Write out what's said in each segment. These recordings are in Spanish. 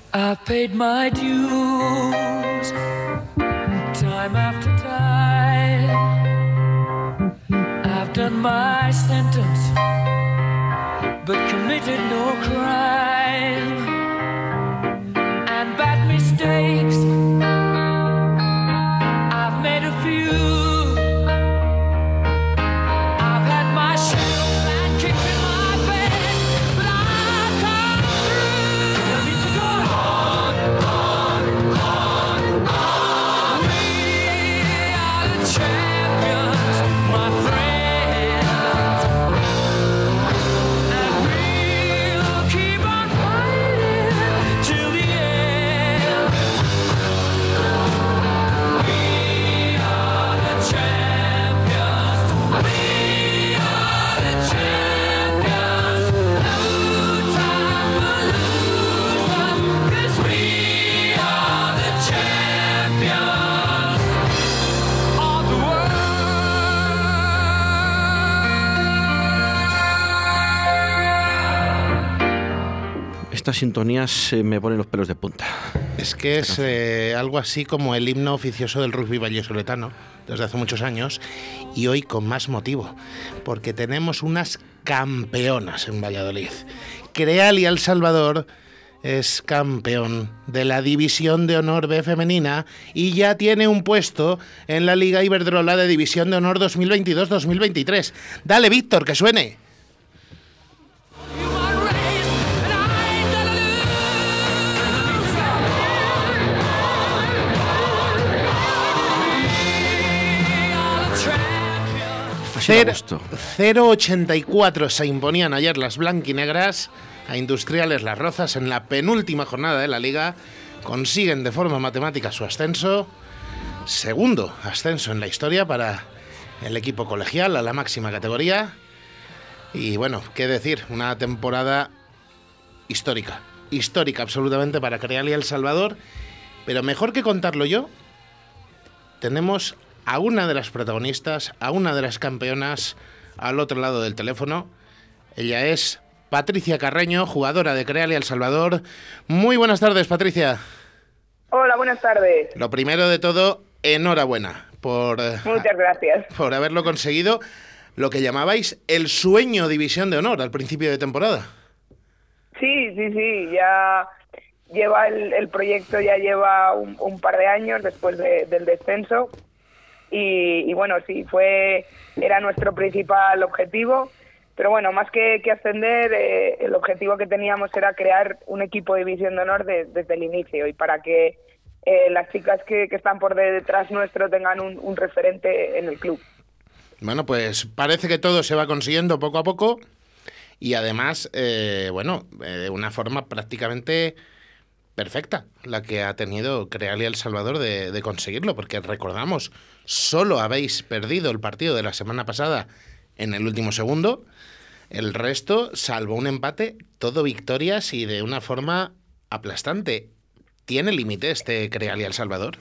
I've paid my dues time after time. I've done my sentence, but committed no crime. And bad mistakes, I've made a few. I've had my share of flat kicks in my face, but I've come through. I need to go on, on, on. We are the champions, my friends, and we'll keep on fighting till the end. We are the champions. We are the champions. No time for losers, 'cause we are the champions of the world. Estas sintonías me ponen los pelos de punta. Es que es algo así como el himno oficioso del rugby vallisoletano desde hace muchos años, y hoy con más motivo, porque tenemos unas campeonas en Valladolid. Crealia El Salvador es campeón de la División de Honor B femenina y ya tiene un puesto en la Liga Iberdrola de División de Honor 2022-2023. Dale, Víctor, que suene. Human race, and I ain't gonna lose. We are the champions. Así da gusto. 0,84 se imponían ayer las blanquinegras a Industriales Las Rozas en la penúltima jornada de la Liga. Consiguen de forma matemática su ascenso. Segundo ascenso en la historia para el equipo colegial a la máxima categoría. Y bueno, qué decir, una temporada histórica. Histórica absolutamente para Crealia El Salvador. Pero mejor que contarlo yo, tenemos a una de las protagonistas, a una de las campeonas al otro lado del teléfono. Ella es Patricia Carreño, jugadora de Crealia El Salvador. Muy buenas tardes, Patricia. Hola, buenas tardes. Lo primero de todo, enhorabuena Muchas gracias. por haberlo conseguido, lo que llamabais el sueño División de Honor al principio de temporada. Sí, ya lleva el proyecto, ya lleva un par de años después del descenso y bueno, sí, era nuestro principal objetivo, pero bueno, más que ascender, el objetivo que teníamos era crear un equipo de División de Honor desde el inicio y para que las chicas que están por detrás nuestro tengan un referente en el club. Bueno, pues parece que todo se va consiguiendo poco a poco y además, de una forma prácticamente perfecta la que ha tenido Crealia El Salvador de conseguirlo, porque recordamos, solo habéis perdido el partido de la semana pasada en el último segundo, el resto, salvo un empate, todo victorias y de una forma aplastante. ¿Tiene límite este Crealia El Salvador?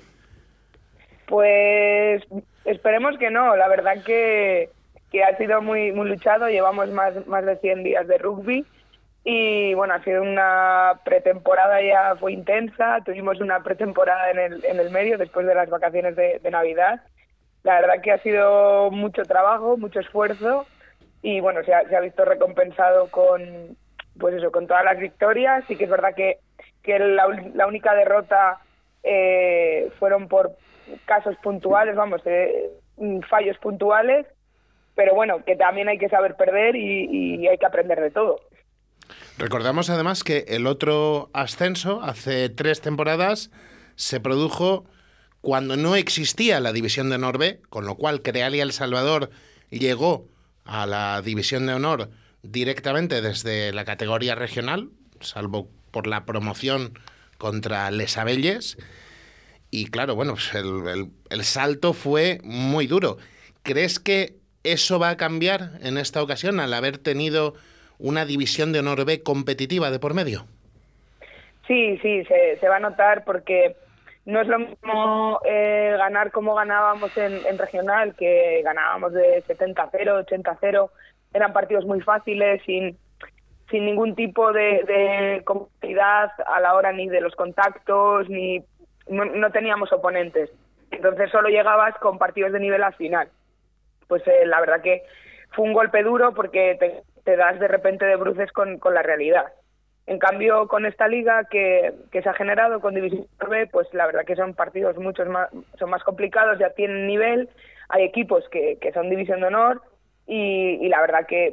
Pues esperemos que no, la verdad que ha sido muy luchado, llevamos más de 100 días de rugby y bueno, ha sido una pretemporada, ya fue intensa, tuvimos una pretemporada en el medio después de las vacaciones de Navidad. La verdad que ha sido mucho trabajo, mucho esfuerzo y bueno, se ha visto recompensado con todas las victorias. Sí que es verdad que la única derrota fueron por casos puntuales, fallos puntuales, pero bueno, que también hay que saber perder y hay que aprender de todo. Recordamos además que el otro ascenso, hace 3 temporadas, se produjo cuando no existía la División de Honor B, con lo cual Crealia El Salvador llegó a la División de Honor directamente desde la categoría regional, salvo por la promoción contra Les Abelles. Y claro, bueno, pues el salto fue muy duro. ¿Crees que eso va a cambiar en esta ocasión al haber tenido una División de Honor B competitiva de por medio? Sí, se va a notar porque no es lo mismo ganar como ganábamos en regional, que ganábamos de 70-0, 80-0, eran partidos muy fáciles, sin ningún tipo de comodidad a la hora ni de los contactos, ni no teníamos oponentes. Entonces solo llegabas con partidos de nivel al final. Pues la verdad que fue un golpe duro porque te das de repente de bruces con la realidad. En cambio, con esta liga que se ha generado con División B, pues la verdad que son partidos son más complicados, ya tienen nivel, hay equipos que son División de Honor y la verdad que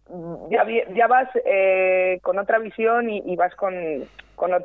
ya vas con otra visión y vas con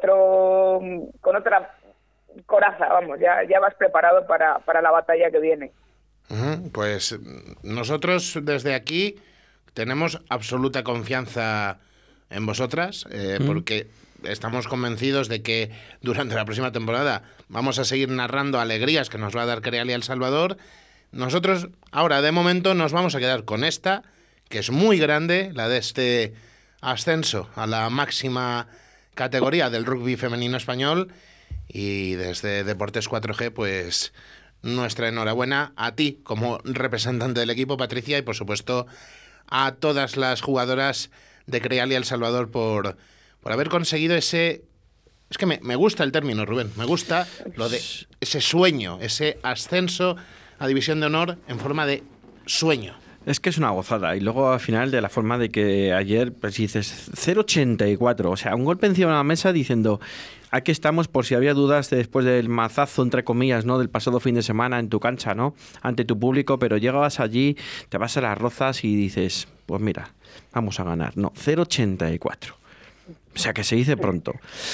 otra coraza, vamos, ya vas preparado para la batalla que viene. Pues nosotros desde aquí tenemos absoluta confianza en vosotras, porque estamos convencidos de que durante la próxima temporada vamos a seguir narrando alegrías que nos va a dar Crealia El Salvador. Nosotros ahora de momento nos vamos a quedar con esta, que es muy grande, la de este ascenso a la máxima categoría del rugby femenino español, y desde Deportes 4G pues nuestra enhorabuena a ti como representante del equipo, Patricia, y por supuesto a todas las jugadoras de Crealia El Salvador por haber conseguido ese... Es que me gusta el término, Rubén, me gusta lo de ese sueño, ese ascenso a División de Honor en forma de sueño. Es que es una gozada. Y luego al final de la forma de que ayer pues dices 0,84, o sea, un golpe encima de la mesa diciendo aquí estamos por si había dudas después del mazazo, entre comillas, ¿no? Del pasado fin de semana en tu cancha, ¿no? Ante tu público, pero llegabas allí, te vas a Las Rozas y dices, pues mira, vamos a ganar. No, 0,84. O sea, que se dice pronto.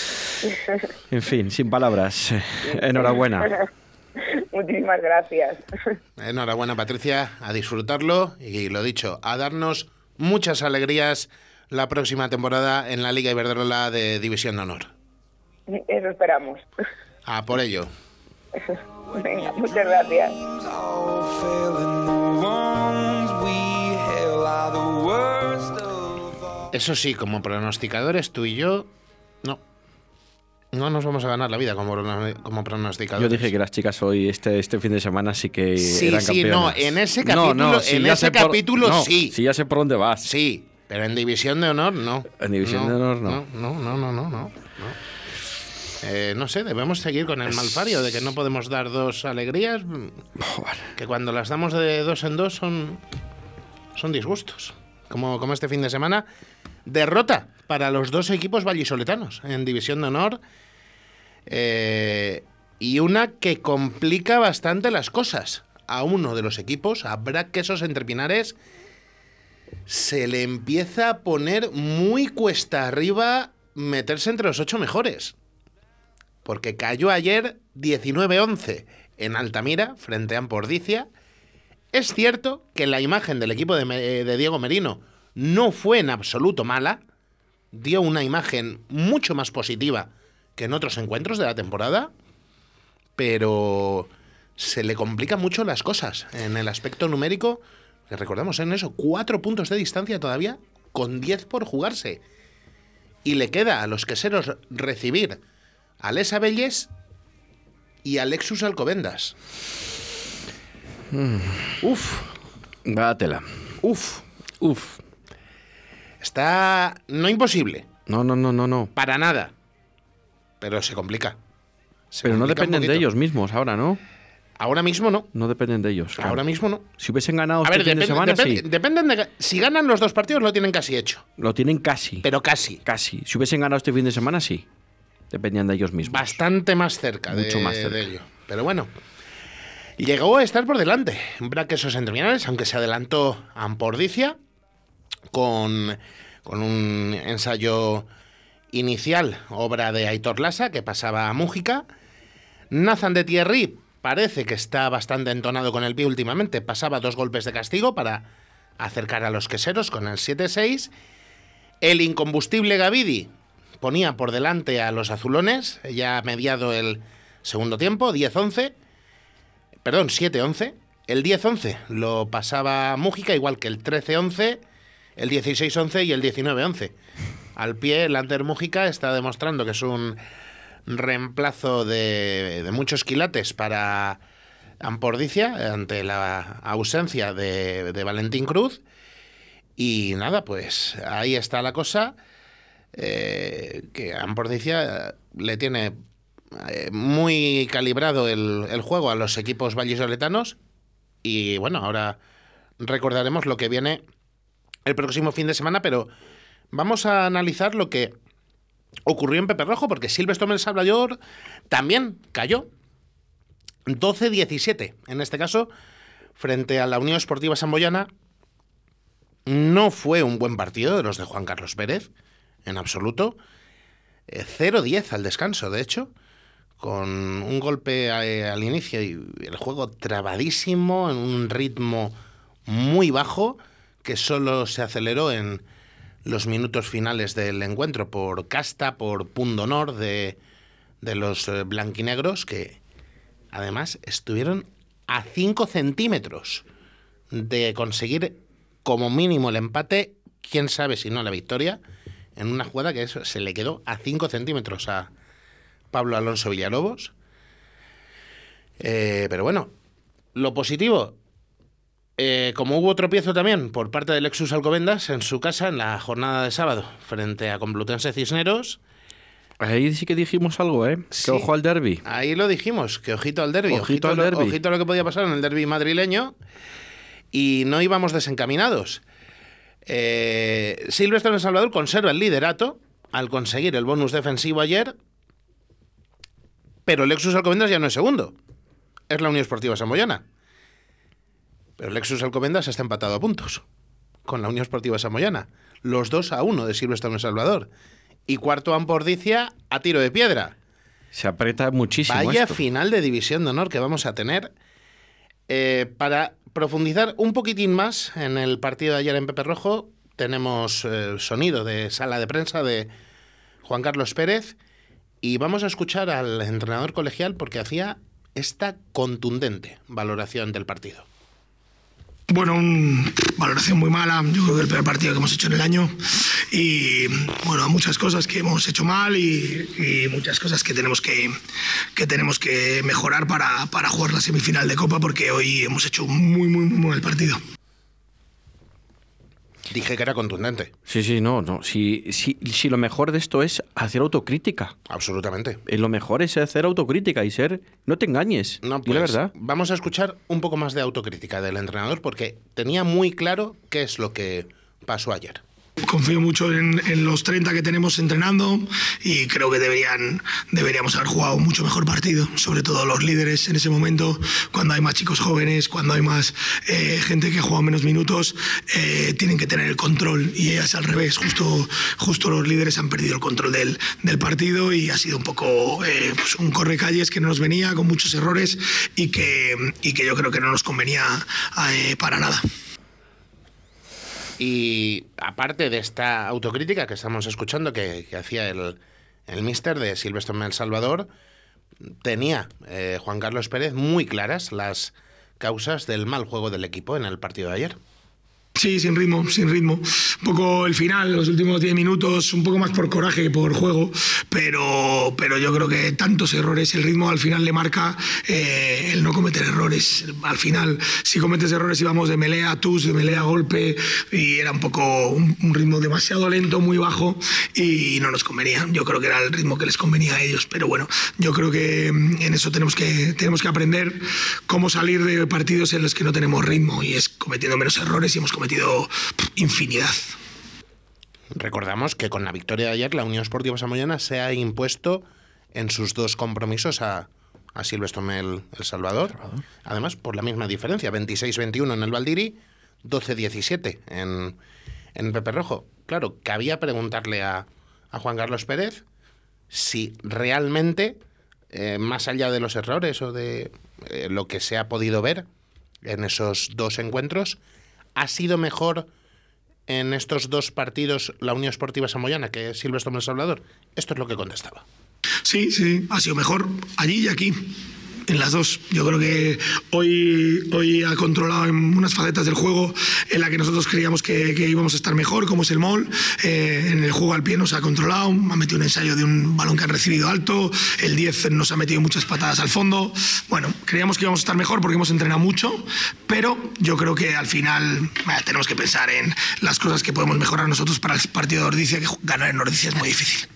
En fin, sin palabras. Enhorabuena. Muchísimas gracias. Enhorabuena, Patricia, a disfrutarlo y lo dicho, a darnos muchas alegrías la próxima temporada en la Liga Iberdrola de División de Honor. Eso esperamos. A por ello. Venga, muchas gracias. Eso sí, como pronosticadores, tú y yo, no nos vamos a ganar la vida como pronosticadores. Yo dije que las chicas hoy, este fin de semana, sí que eran campeonas. Sí, no, en ese capítulo, sí. Sí, ya sé por dónde vas. Sí, pero en División de Honor no. En División de Honor no. No. No sé, debemos seguir con el malpario de que no podemos dar dos alegrías, que cuando las damos de dos en dos son disgustos. Como este fin de semana, derrota para los dos equipos vallisoletanos en División de Honor, y una que complica bastante las cosas. A uno de los equipos, a Brac Quesos Entre Pinares, se le empieza a poner muy cuesta arriba meterse entre los 8 mejores. Porque cayó ayer 19-11 en Altamira, frente a Ampordicia. Es cierto que la imagen del equipo de Diego Merino no fue en absoluto mala. Dio una imagen mucho más positiva que en otros encuentros de la temporada. Pero se le complican mucho las cosas en el aspecto numérico. Recordamos en eso, 4 puntos de distancia todavía, con 10 por jugarse. Y le queda a los queseros recibir a Les Abelles y a Lexus Alcobendas. Uf. Gátela. Uf. Uf. Está no imposible. No. Para nada. Pero se complica. Pero no dependen de ellos mismos ahora, ¿no? Ahora mismo no. No dependen de ellos. Claro. Ahora mismo no. Si hubiesen ganado A ver, fin de semana, sí. Dependen de... Si ganan los 2 partidos lo tienen casi hecho. Lo tienen casi. Pero casi. Casi. Si hubiesen ganado este fin de semana, sí. Dependían de ellos mismos. Bastante más cerca. Mucho más cerca de ello. Pero bueno. Llegó a estar por delante Brac Quesos Entre Pinares, aunque se adelantó a Ampordicia con un ensayo inicial, obra de Aitor Lasa, que pasaba a Mújica. Nathan de Thierry parece que está bastante entonado con el pie últimamente. Pasaba 2 golpes de castigo para acercar a los queseros con el 7-6. El incombustible Gavidi ponía por delante a los azulones, ya mediado el segundo tiempo, 10-11. Perdón, 7-11. El 10-11 lo pasaba Mújica, igual que el 13-11, el 16-11 y el 19-11. Al pie, el Anter Mújica está demostrando que es un reemplazo de muchos quilates para Ampordicia ante la ausencia de Valentín Cruz. Y nada, pues ahí está la cosa. que Ampordicia le tiene muy calibrado el juego a los equipos vallisoletanos. Y bueno, ahora recordaremos lo que viene el próximo fin de semana, pero vamos a analizar lo que ocurrió en Pepe Rojo, porque Silverstone El Salvador también cayó 12-17, en este caso, frente a la Unión Esportiva Samboyana. No fue un buen partido de los de Juan Carlos Pérez, en absoluto. 0-10 al descanso, de hecho, con un golpe al inicio y el juego trabadísimo, en un ritmo muy bajo, que solo se aceleró en los minutos finales del encuentro por casta, por pundonor de los blanquinegros, que además estuvieron a 5 centímetros de conseguir como mínimo el empate, quién sabe si no la victoria, en una jugada que se le quedó a 5 centímetros a Pablo Alonso Villalobos. Pero bueno, lo positivo, como hubo tropiezo también por parte del Lexus Alcobendas en su casa en la jornada de sábado frente a Complutense Cisneros. Ahí sí que dijimos algo, ¿eh? Sí. Que ojo al derbi. Ahí lo dijimos, que ojito al derbi. Ojito al derbi. Ojito a lo que podía pasar en el derbi madrileño. Y no íbamos desencaminados. Silverstone El Salvador conserva el liderato al conseguir el bonus defensivo ayer, pero el Lexus Alcobendas ya no es segundo. Es la Unión Esportiva Samboyana. Pero el Lexus Alcobendas está empatado a puntos con la Unión Esportiva Samboyana. Los 2-1 de Silverstone El Salvador. Y cuarto Ampordicia a tiro de piedra. Se aprieta muchísimo. Vaya esto. final de División de Honor que vamos a tener. Para profundizar un poquitín más en el partido de ayer en Pepe Rojo, tenemos sonido de sala de prensa de Juan Carlos Pérez y vamos a escuchar al entrenador colegial porque hacía esta contundente valoración del partido. Bueno, una valoración muy mala, yo creo que el peor partido que hemos hecho en el año y bueno, muchas cosas que hemos hecho mal y muchas cosas que tenemos que mejorar para jugar la semifinal de Copa porque hoy hemos hecho un muy mal partido. Dije que era contundente. Sí, no. Si lo mejor de esto es hacer autocrítica. Absolutamente. Lo mejor es hacer autocrítica y ser... No te engañes. No, Di pues, la verdad. vamos a escuchar un poco más de autocrítica del entrenador porque tenía muy claro qué es lo que pasó ayer. Confío mucho en los 30 que tenemos entrenando y creo que deberíamos haber jugado un mucho mejor partido, sobre todo los líderes en ese momento, cuando hay más chicos jóvenes, cuando hay más gente que juega menos minutos, tienen que tener el control y es al revés, justo los líderes han perdido el control del partido y ha sido un poco pues un correcalles que no nos venía, con muchos errores y que yo creo que no nos convenía para nada. Y aparte de esta autocrítica que estamos escuchando que hacía el míster de Silverstone El Salvador, tenía Juan Carlos Pérez muy claras las causas del mal juego del equipo en el partido de ayer. Sí, sin ritmo. Un poco el final, los últimos 10 minutos, un poco más por coraje que por juego, pero yo creo que tantos errores, el ritmo al final le marca el no cometer errores. Al final, si cometes errores íbamos de melea a tus, de melea a golpe, y era un poco un ritmo demasiado lento, muy bajo, y no nos convenía. Yo creo que era el ritmo que les convenía a ellos, pero bueno, yo creo que en eso tenemos que aprender cómo salir de partidos en los que no tenemos ritmo, y es cometiendo menos errores, y hemos cometido infinidad. Recordamos que con la victoria de ayer la Unión Esportiva Samboyana se ha impuesto en sus dos compromisos a Silverstone El Salvador. Además, por la misma diferencia, 26-21 en el Valdiri, 12-17 en Pepe Rojo. Claro, cabía preguntarle a Juan Carlos Pérez si realmente, más allá de los errores o de lo que se ha podido ver en esos dos encuentros, ¿ha sido mejor en estos dos partidos la Unión Esportiva Samboyana que Silverstone El Salvador? Esto es lo que contestaba. Sí, ha sido mejor allí y aquí. en las dos. Yo creo que hoy ha controlado en unas facetas del juego en la que nosotros creíamos que íbamos a estar mejor, como es el MOL. En el juego al pie nos ha controlado, ha metido un ensayo de un balón que han recibido alto, el 10 nos ha metido muchas patadas al fondo. Bueno, creíamos que íbamos a estar mejor porque hemos entrenado mucho, pero yo creo que al final tenemos que pensar en las cosas que podemos mejorar nosotros para el partido de Ordizia, que ganar en Ordizia es muy difícil.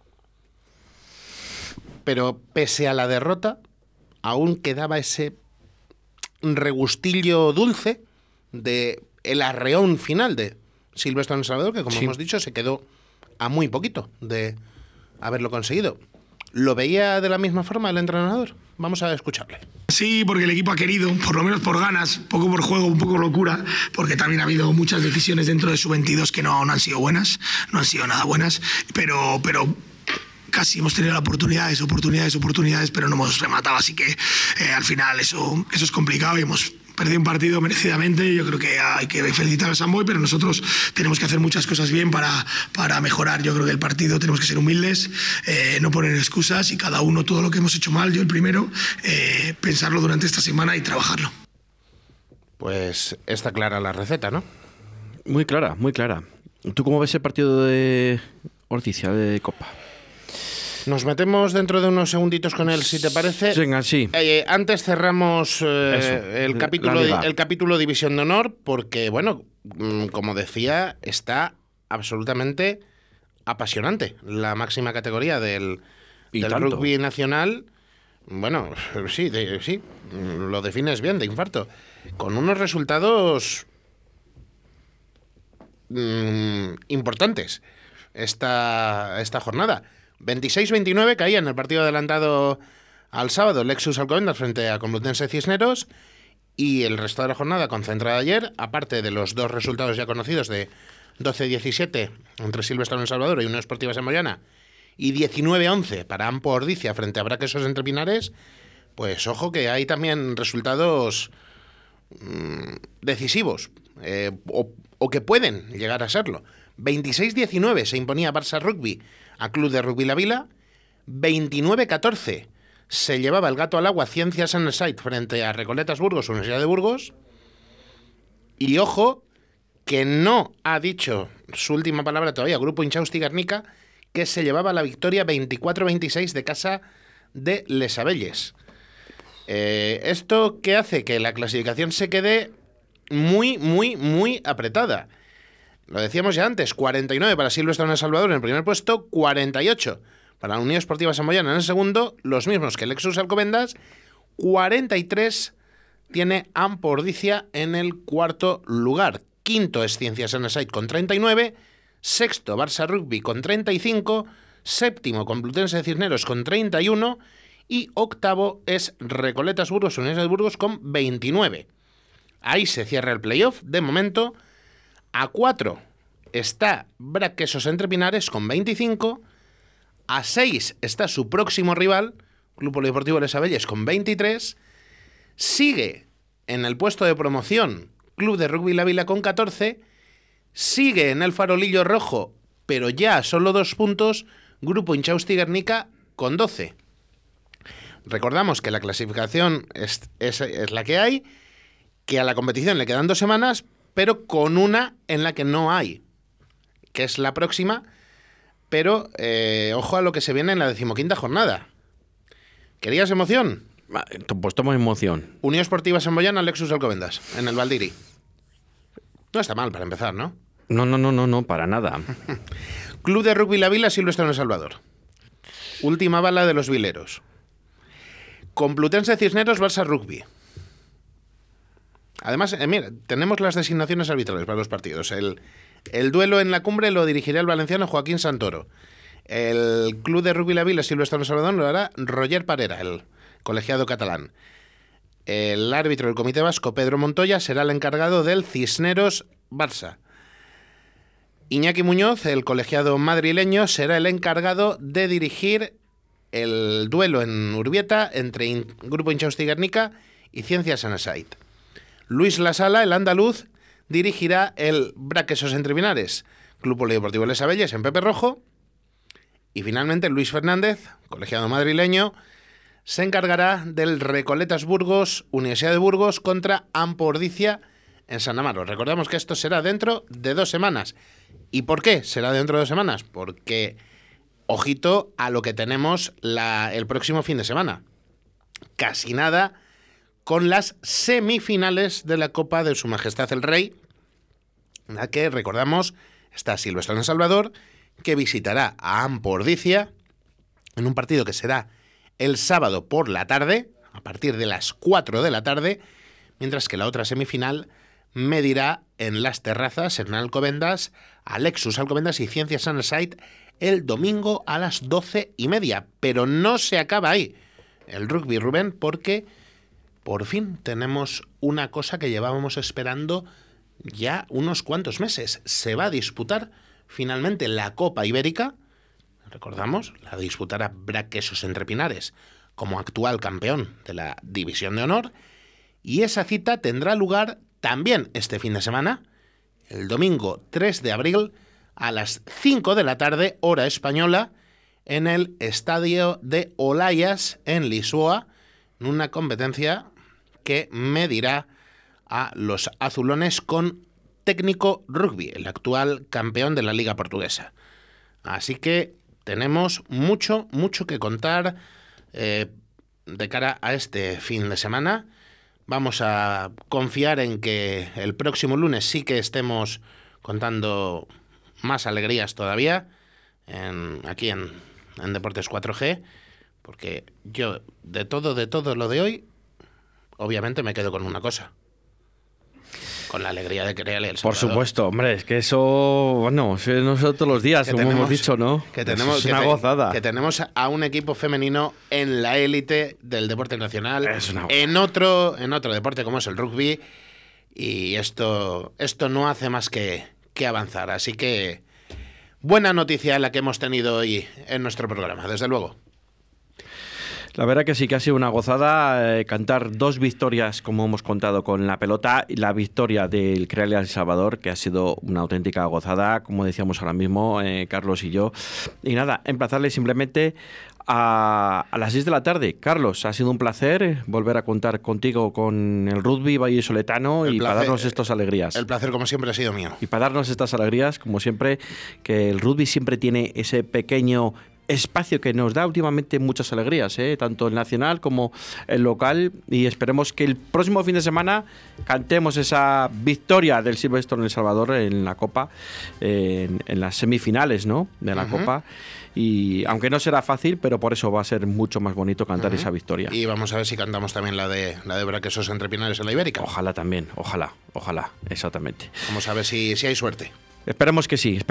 Pero pese a la derrota, aún quedaba ese regustillo dulce de el arreón final de Silvestre en El Salvador, que como hemos dicho se quedó a muy poquito de haberlo conseguido. ¿Lo veía de la misma forma el entrenador? Vamos a escucharle. Sí, porque el equipo ha querido, por lo menos por ganas, poco por juego, un poco locura, porque también ha habido muchas decisiones dentro de su 22 que no han sido buenas, no han sido nada buenas, pero casi hemos tenido oportunidades, pero no hemos rematado, así que al final eso es complicado y hemos perdido un partido merecidamente. Yo creo que hay que felicitar a San Boi, pero nosotros tenemos que hacer muchas cosas bien para mejorar. Yo creo que el partido tenemos que ser humildes, no poner excusas y cada uno todo lo que hemos hecho mal, yo el primero, pensarlo durante esta semana y trabajarlo. Pues está clara la receta, ¿no? Muy clara, muy clara. ¿Tú cómo ves el partido de Ordizia de Copa? Nos metemos dentro de unos segunditos con él, si te parece. Venga, sí. Antes cerramos el capítulo División de Honor, porque, bueno, como decía, está absolutamente apasionante la máxima categoría del rugby nacional. Bueno, sí, lo defines bien, de infarto. Con unos resultados importantes esta jornada. 26-29 caía en el partido adelantado al sábado Lexus Alcobendas frente a Complutense Cisneros, y el resto de la jornada concentrada ayer, aparte de los dos resultados ya conocidos de 12-17 entre Silvestre en El Salvador y Unión Esportiva Samboyana y 19-11 para Ampo Ordizia frente a Braquesos Entre Pinares, pues ojo que hay también resultados decisivos o que pueden llegar a serlo. 26-19 se imponía Barça Rugby a Club de Rugby La Vila. 29-14 se llevaba el gato al agua Ciencias en el Site frente a Recoletas Burgos, Universidad de Burgos. Y ojo, que no ha dicho su última palabra todavía Grupo Inchausti Guernica, que se llevaba la victoria 24-26 de casa de Les Abelles. ¿Esto qué hace? Que la clasificación se quede muy, muy, muy apretada. Lo decíamos ya antes, 49 para Silvestre en El Salvador en el primer puesto, 48 para la Unión Esportiva Samboyana en el segundo, los mismos que Lexus Alcobendas, 43 tiene Ampo Ordizia en el cuarto lugar. Quinto es Ciencias en el Site con 39, sexto Barça Rugby con 35, séptimo Complutense Cisneros con 31 y octavo es Recoletas Burgos, Universidad de Burgos con 29. Ahí se cierra el playoff de momento. A 4 está Braquesos Entre Pinares con 25. A 6 está su próximo rival, Club Polideportivo Les Abelles, con 23. Sigue en el puesto de promoción Club de Rugby La Vila con 14. Sigue en el farolillo rojo, pero ya a solo 2 puntos, Grupo Inchausti Guernica con 12. Recordamos que la clasificación es la que hay, que a la competición le quedan 2 semanas, pero con una en la que no hay, que es la próxima, pero ojo a lo que se viene en la 15ª jornada. ¿Querías emoción? Pues toma emoción. Unión Esportiva Samboyana, Lexus Alcobendas, en el Valdiri. No está mal para empezar, ¿no? No, para nada. Club de Rugby La Vila, Silvestre en El Salvador. Última bala de los vileros. Complutense Cisneros, Barça Rugby. Además, mira, tenemos las designaciones arbitrales para los partidos. El duelo en la cumbre lo dirigirá el valenciano Joaquín Santoro. El Club de Rugby La Vila, Silvestre en El Salvador, lo hará Roger Parera, el colegiado catalán. El árbitro del Comité Vasco, Pedro Montoya, será el encargado del Cisneros Barça. Iñaki Muñoz, el colegiado madrileño, será el encargado de dirigir el duelo en Urbieta entre Grupo Inchausti Guernica y Ciencias en el Site. Luis Lasala, el andaluz, dirigirá el Braquesos Entre Pinares, Club Polideportivo Les Abelles en Pepe Rojo. Y finalmente Luis Fernández, colegiado madrileño, se encargará del Recoletas Burgos, Universidad de Burgos contra Ampordicia en San Amaro. Recordamos que esto será dentro de 2 semanas. ¿Y por qué será dentro de 2 semanas? Porque, ojito a lo que tenemos el próximo fin de semana. Casi nada con las semifinales de la Copa de Su Majestad el Rey, en la que, recordamos, está Silvestre en El Salvador, que visitará a Ampordicia en un partido que será el sábado por la tarde, a partir de las 4 de la tarde, mientras que la otra semifinal medirá en Las Terrazas, en Alcobendas, a Lexus Alcobendas y Ciencias Sunnyside el domingo a las 12:30. Pero no se acaba ahí el rugby, Rubén, porque por fin tenemos una cosa que llevábamos esperando ya unos cuantos meses. Se va a disputar finalmente la Copa Ibérica. Recordamos, la disputará Braquesos Entre Pinares como actual campeón de la División de Honor. Y esa cita tendrá lugar también este fin de semana, el domingo 3 de abril, a las 5 de la tarde, hora española, en el Estadio de Olayas, en Lisboa, en una competencia que medirá a los azulones con Técnico Rugby, el actual campeón de la Liga Portuguesa. Así que tenemos mucho que contar de cara a este fin de semana. Vamos a confiar en que el próximo lunes sí que estemos contando más alegrías todavía aquí en Deportes 4G, porque yo de todo lo de hoy, obviamente me quedo con una cosa. Con la alegría de crearle el Salvador. Por supuesto, hombre, es que eso, bueno, no son todos los días, como hemos dicho, ¿no? Es una gozada. Que tenemos a un equipo femenino en la élite del deporte nacional, en otro deporte como es el rugby, y esto no hace más que avanzar. Así que buena noticia la que hemos tenido hoy en nuestro programa, desde luego. La verdad que sí que ha sido una gozada cantar 2 victorias, como hemos contado, con la pelota, y la victoria del Crealia El Salvador, que ha sido una auténtica gozada, como decíamos ahora mismo, Carlos y yo. Y nada, emplazarle simplemente a las 6 de la tarde. Carlos, ha sido un placer volver a contar contigo con el rugby vallisoletano para darnos estas alegrías. El placer, como siempre, ha sido mío. Y para darnos estas alegrías, como siempre, que el rugby siempre tiene ese pequeño espacio que nos da últimamente muchas alegrías, tanto el nacional como el local, y esperemos que el próximo fin de semana cantemos esa victoria del Silvestre en El Salvador en la Copa, en las semifinales, ¿no?, de la Copa, y aunque no será fácil, pero por eso va a ser mucho más bonito cantar esa victoria. Y vamos a ver si cantamos también la de Braquesos Entre Pinares en la Ibérica. Ojalá también, ojalá, exactamente. Vamos a ver si hay suerte. Esperemos que sí.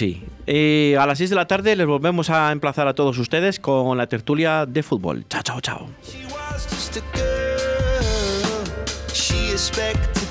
A las 6 de la tarde les volvemos a emplazar a todos ustedes con la tertulia de fútbol. Chao. She was just a girl. She expected